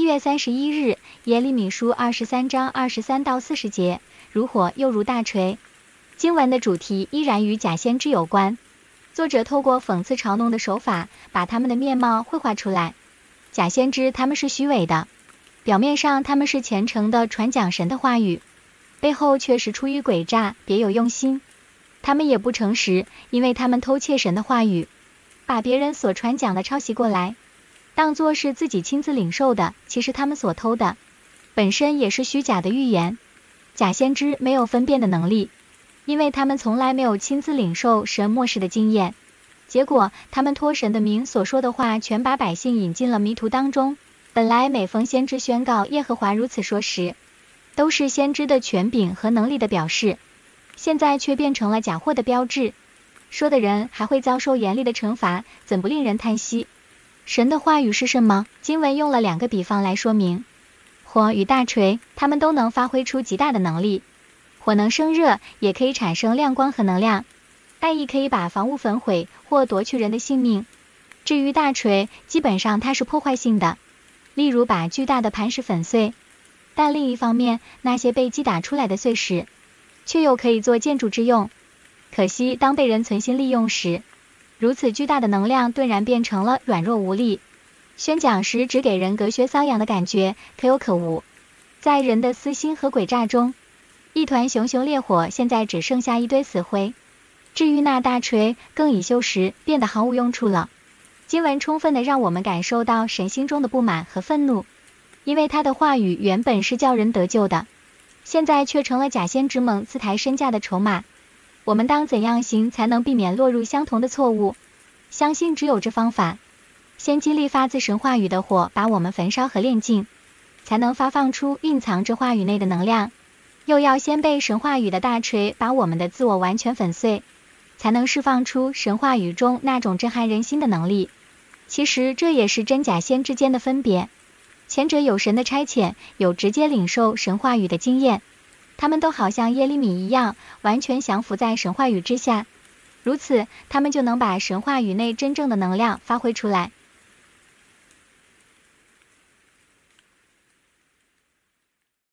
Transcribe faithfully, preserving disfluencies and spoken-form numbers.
月三十一日，耶利米书二十三章二十三到四十节，如火又如大锤。经文的主题依然与假先知有关，作者透过讽刺嘲弄的手法，把他们的面貌绘画出来。假先知他们是虚伪的，表面上他们是虔诚的传讲神的话语，背后却是出于诡诈，别有用心。他们也不诚实，因为他们偷窃神的话语，把别人所传讲的抄袭过来，当作是自己亲自领受的，其实他们所偷的本身也是虚假的预言。假先知没有分辨的能力，因为他们从来没有亲自领受神默示的经验，结果他们托神的名所说的话，全把百姓引进了迷途当中。本来每逢先知宣告耶和华如此说时，都是先知的权柄和能力的表示，现在却变成了假货的标志，说的人还会遭受严厉的惩罚，怎不令人叹息？神的话语是什么？经文用了两个比方来说明，火与大锤，它们都能发挥出极大的能力。火能生热，也可以产生亮光和能量，但亦可以把房屋焚毁或夺去人的性命。至于大锤，基本上它是破坏性的，例如把巨大的磐石粉碎，但另一方面，那些被击打出来的碎石却又可以做建筑之用。可惜当被人存心利用时，如此巨大的能量顿然变成了软弱无力。宣讲时只给人隔靴搔痒的感觉，可有可无。在人的私心和诡诈中，一团熊熊烈火现在只剩下一堆死灰。至于那大锤，更已锈蚀，变得毫无用处了。经文充分地让我们感受到神心中的不满和愤怒，因为他的话语原本是叫人得救的，现在却成了假先知们自抬身价的筹码。我们当怎样行才能避免落入相同的错误？相信只有这方法，先经历发自神话语的火把我们焚烧和炼净，才能发放出蕴藏着话语内的能量，又要先被神话语的大锤把我们的自我完全粉碎，才能释放出神话语中那种震撼人心的能力。其实这也是真假先之间的分别，前者有神的差遣，有直接领受神话语的经验，他们都好像耶利米一样，完全降服在神话语之下，如此他们就能把神话语内真正的能量发挥出来。